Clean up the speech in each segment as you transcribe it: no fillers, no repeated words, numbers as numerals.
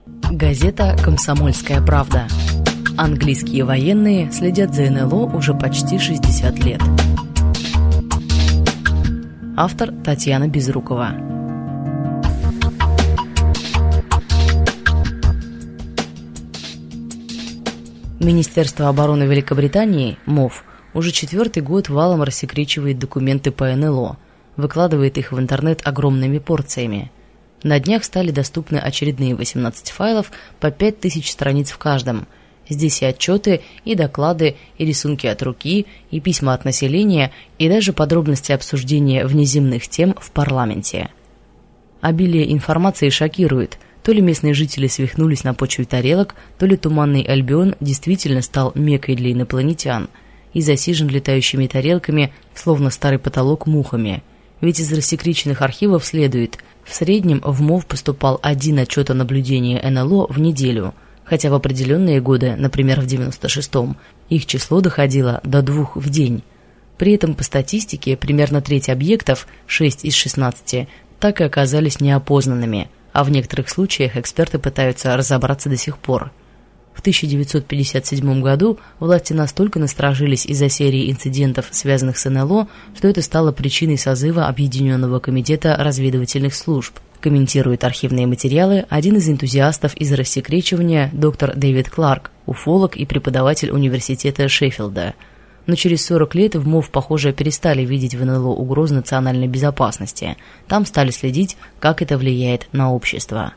Газета «Комсомольская правда». Английские военные следят за НЛО уже почти 60 лет. Автор Татьяна Безрукова. Министерство обороны Великобритании, МОВ, уже 4-й год валом рассекречивает документы по НЛО, выкладывает их в интернет огромными порциями. На днях стали доступны очередные 18 файлов по 5000 страниц в каждом. Здесь и отчеты, и доклады, и рисунки от руки, и письма от населения, и даже подробности обсуждения внеземных тем в парламенте. Обилие информации шокирует. То ли местные жители свихнулись на почве тарелок, то ли Туманный Альбион действительно стал меккой для инопланетян и засижен летающими тарелками, словно старый потолок, мухами. Ведь из рассекреченных архивов следует, в среднем в МОВ поступал один отчет о наблюдении НЛО в неделю, хотя в определенные годы, например, в 96-м, их число доходило до 2 в день. При этом по статистике примерно треть объектов, 6 из 16, так и оказались неопознанными, а в некоторых случаях эксперты пытаются разобраться до сих пор. В 1957 году власти настолько насторожились из-за серии инцидентов, связанных с НЛО, что это стало причиной созыва Объединенного комитета разведывательных служб. Комментирует архивные материалы один из энтузиастов из рассекречивания доктор Дэвид Кларк, уфолог и преподаватель университета Шеффилда. Но через 40 лет в МОВ, похоже, перестали видеть в НЛО угрозу национальной безопасности. Там стали следить, как это влияет на общество.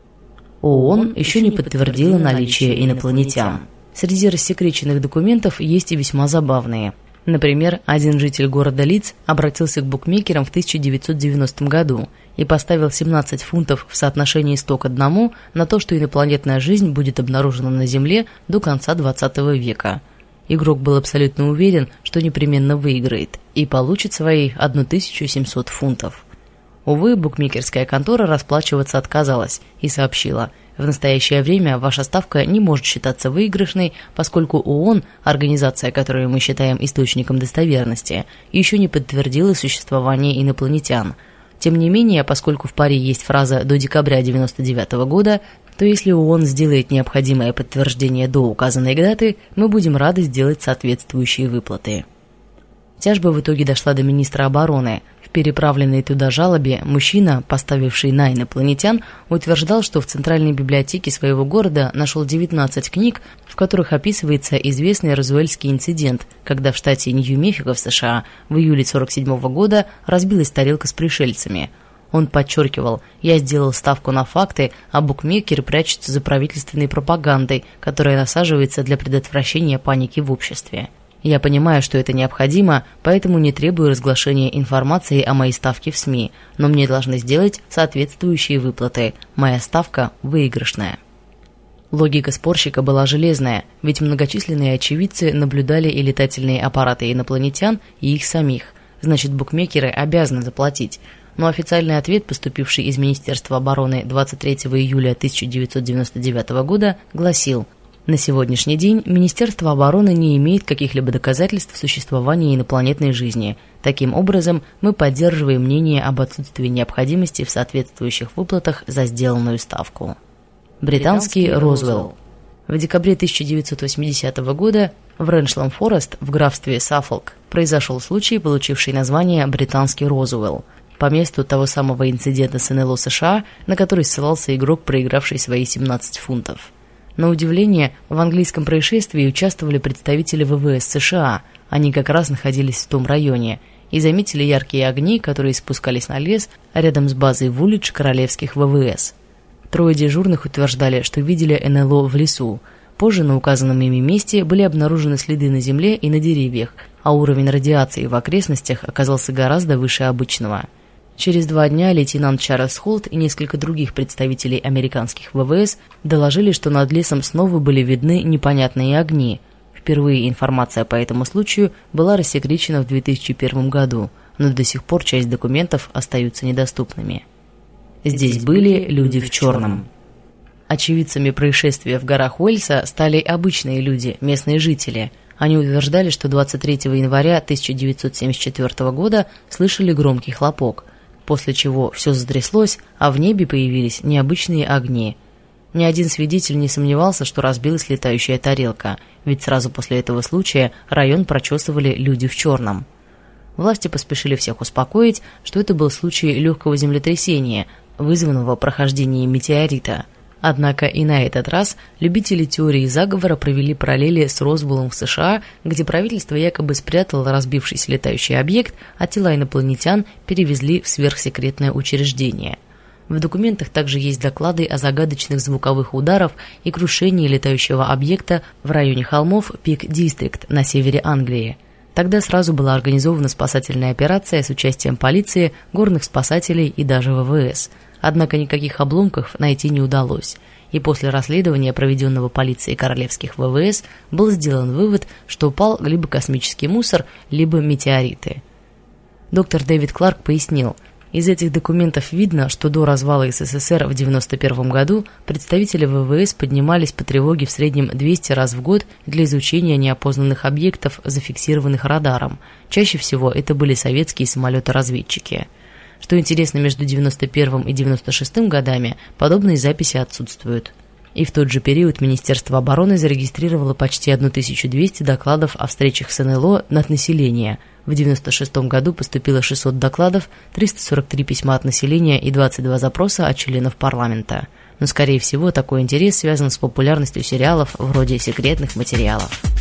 ООН еще не подтвердила наличие инопланетян. Среди рассекреченных документов есть и весьма забавные. Например, один житель города Лидс обратился к букмекерам в 1990 году и поставил 17 фунтов в соотношении 100 к 1 на то, что инопланетная жизнь будет обнаружена на Земле до конца 20 века. Игрок был абсолютно уверен, что непременно выиграет и получит свои 1700 фунтов. Увы, букмекерская контора расплачиваться отказалась и сообщила: в настоящее время ваша ставка не может считаться выигрышной, поскольку ООН, организация, которую мы считаем источником достоверности, еще не подтвердила существование инопланетян. Тем не менее, поскольку в паре есть фраза «до декабря 1999 года», то если ООН сделает необходимое подтверждение до указанной даты, мы будем рады сделать соответствующие выплаты. Тяжба в итоге дошла до министра обороны. В переправленной туда жалобе мужчина, поставивший на инопланетян, утверждал, что в центральной библиотеке своего города нашел 19 книг, в которых описывается известный розуэльский инцидент, когда в штате Нью-Мехико в США в июле 1947 года разбилась тарелка с пришельцами. Он подчеркивал: «Я сделал ставку на факты, а букмекеры прячутся за правительственной пропагандой, которая насаживается для предотвращения паники в обществе. Я понимаю, что это необходимо, поэтому не требую разглашения информации о моей ставке в СМИ, но мне должны сделать соответствующие выплаты. Моя ставка выигрышная». Логика спорщика была железная, ведь многочисленные очевидцы наблюдали и летательные аппараты инопланетян, и их самих. Значит, букмекеры обязаны заплатить. Но официальный ответ, поступивший из Министерства обороны 23 июля 1999 года, гласил: на сегодняшний день Министерство обороны не имеет каких-либо доказательств существования инопланетной жизни. Таким образом, мы поддерживаем мнение об отсутствии необходимости в соответствующих выплатах за сделанную ставку. Британский Розуэлл. В декабре 1980 года в Реншлам-Форест в графстве Саффолк произошел случай, получивший название «Британский Розуэлл», по месту того самого инцидента с НЛО США, на который ссылался игрок, проигравший свои 17 фунтов. На удивление, в английском происшествии участвовали представители ВВС США, они как раз находились в том районе, и заметили яркие огни, которые спускались на лес рядом с базой Вулидж королевских ВВС. 3 дежурных утверждали, что видели НЛО в лесу. Позже на указанном ими месте были обнаружены следы на земле и на деревьях, а уровень радиации в окрестностях оказался гораздо выше обычного. Через 2 дня лейтенант Чарльз Холт и несколько других представителей американских ВВС доложили, что над лесом снова были видны непонятные огни. Впервые информация по этому случаю была рассекречена в 2001 году, но до сих пор часть документов остаются недоступными. Здесь были люди в черном. Очевидцами происшествия в горах Уэльса стали обычные люди, местные жители. Они утверждали, что 23 января 1974 года слышали громкий хлопок, после чего все затряслось, а в небе появились необычные огни. Ни один свидетель не сомневался, что разбилась летающая тарелка, ведь сразу после этого случая район прочесывали люди в черном. Власти поспешили всех успокоить, что это был случай легкого землетрясения, вызванного прохождением метеорита. Однако и на этот раз любители теории заговора провели параллели с Росвеллом в США, где правительство якобы спрятало разбившийся летающий объект, а тела инопланетян перевезли в сверхсекретное учреждение. В документах также есть доклады о загадочных звуковых ударах и крушении летающего объекта в районе холмов Пик-Дистрикт на севере Англии. Тогда сразу была организована спасательная операция с участием полиции, горных спасателей и даже ВВС. Однако никаких обломков найти не удалось. И после расследования, проведенного полицией королевских ВВС, был сделан вывод, что упал либо космический мусор, либо метеориты. Доктор Дэвид Кларк пояснил, из этих документов видно, что до развала СССР в 1991 году представители ВВС поднимались по тревоге в среднем 200 раз в год для изучения неопознанных объектов, зафиксированных радаром. Чаще всего это были советские самолеты-разведчики. Что интересно, между 1991 и 1996 годами подобные записи отсутствуют. И в тот же период Министерство обороны зарегистрировало почти 1200 докладов о встречах с НЛО от населения. В 1996 году поступило 600 докладов, 343 письма от населения и 22 запроса от членов парламента. Но, скорее всего, такой интерес связан с популярностью сериалов вроде «Секретных материалов».